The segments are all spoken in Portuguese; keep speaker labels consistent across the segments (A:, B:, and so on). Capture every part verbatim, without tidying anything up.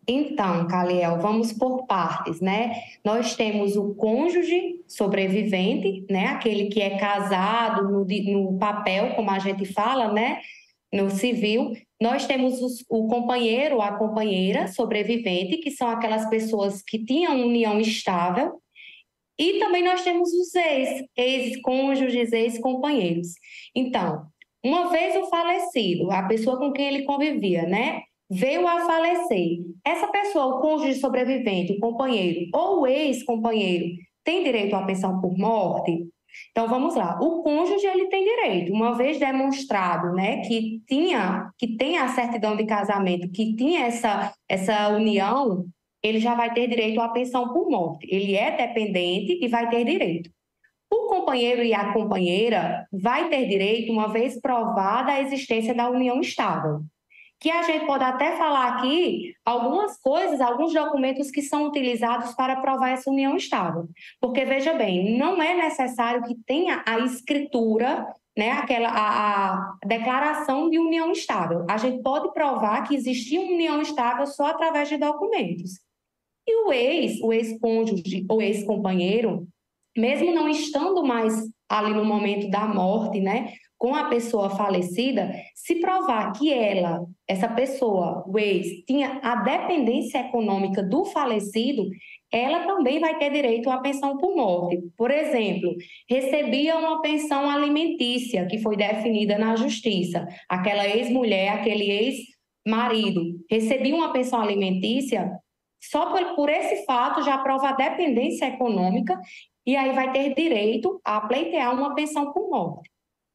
A: Então, Caliel, vamos por partes, né? Nós temos o cônjuge sobrevivente, né? Aquele que é casado no, di- no papel, como a gente fala, né? No civil. Nós temos os- o companheiro ou a companheira sobrevivente, que são aquelas pessoas que tinham união estável. E também nós temos os ex, ex-cônjuges, ex-companheiros. Então, uma vez o falecido, a pessoa com quem ele convivia, né, veio a falecer, essa pessoa, o cônjuge sobrevivente, o companheiro ou o ex-companheiro, tem direito à pensão por morte? Então, vamos lá. O cônjuge, ele tem direito, uma vez demonstrado, né, que tinha, que tem a certidão de casamento, que tinha essa, essa união, ele já vai ter direito à pensão por morte. Ele é dependente e vai ter direito. O companheiro e a companheira vai ter direito uma vez provada a existência da união estável. Que a gente pode até falar aqui algumas coisas, alguns documentos que são utilizados para provar essa união estável. Porque, veja bem, não é necessário que tenha a escritura, né, aquela, a, a declaração de união estável. A gente pode provar que existia uma união estável só através de documentos. E o ex, o ex-cônjuge ou ex-companheiro, mesmo não estando mais ali no momento da morte, né, com a pessoa falecida, se provar que ela, essa pessoa, o ex, tinha a dependência econômica do falecido, ela também vai ter direito à pensão por morte. Por exemplo, recebia uma pensão alimentícia que foi definida na justiça. Aquela ex-mulher, aquele ex-marido, recebia uma pensão alimentícia, só por, por esse fato já prova a dependência econômica e aí vai ter direito a pleitear uma pensão por morte.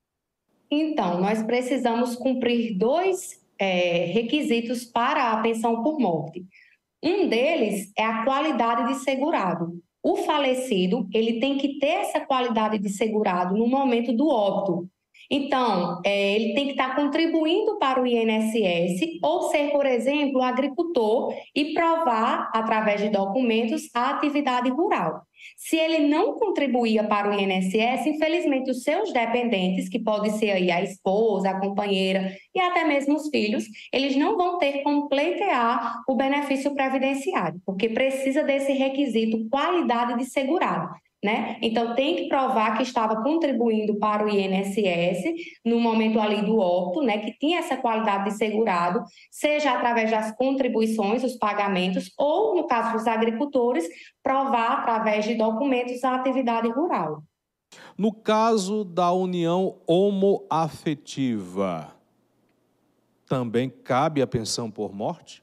A: Então, nós precisamos cumprir dois é, requisitos para a pensão por morte. Um deles é a qualidade de segurado. O falecido, ele tem que ter essa qualidade de segurado no momento do óbito. Então, é, ele tem que estar contribuindo para o I N S S ou ser, por exemplo, agricultor e provar, através de documentos, a atividade rural. Se ele não contribuía para o I N S S, infelizmente, os seus dependentes, que podem ser aí a esposa, a companheira e até mesmo os filhos, eles não vão ter como pleitear o benefício previdenciário, porque precisa desse requisito qualidade de segurado. Né? Então, tem que provar que estava contribuindo para o I N S S no momento ali do óbito, né? Que tinha essa qualidade de segurado, seja através das contribuições, os pagamentos, ou, no caso dos agricultores, provar através de documentos a atividade rural.
B: No caso da união homoafetiva, também cabe a pensão por morte?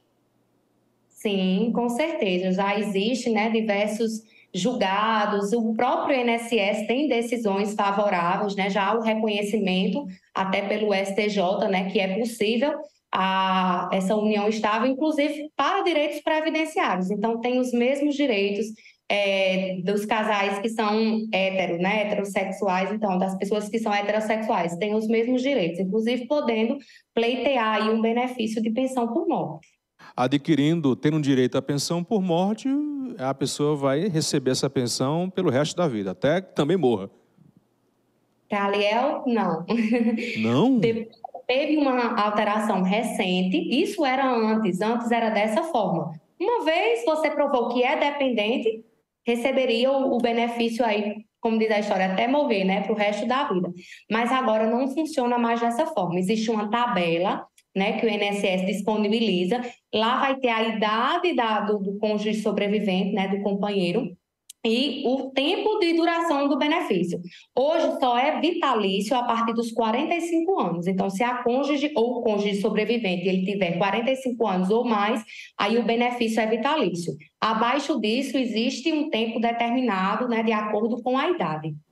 A: Sim, com certeza. Já existe, né, diversos julgados, o próprio I N S S tem decisões favoráveis, né, já há o reconhecimento até pelo S T J, né, que é possível a, essa união estável, inclusive para direitos previdenciários. Então, tem os mesmos direitos é, dos casais que são hétero, né, heterossexuais, então, das pessoas que são heterossexuais, têm os mesmos direitos, inclusive podendo pleitear aí um benefício de pensão por morte.
B: Adquirindo, tendo direito à pensão por morte, a pessoa vai receber essa pensão pelo resto da vida, até que também morra.
A: Caliel, não.
B: Não?
A: Teve uma alteração recente, isso era antes, antes era dessa forma. Uma vez você provou que é dependente, receberia o benefício aí, como diz a história, até morrer, né, para o resto da vida. Mas agora não funciona mais dessa forma. Existe uma tabela, né, que o I N S S disponibiliza. Lá vai ter a idade da, do, do cônjuge sobrevivente, né, do companheiro, e o tempo de duração do benefício. Hoje só é vitalício a partir dos quarenta e cinco anos. Então, se a cônjuge ou o cônjuge sobrevivente ele tiver quarenta e cinco anos ou mais, aí o benefício é vitalício. Abaixo disso, existe um tempo determinado, né, de acordo com a idade.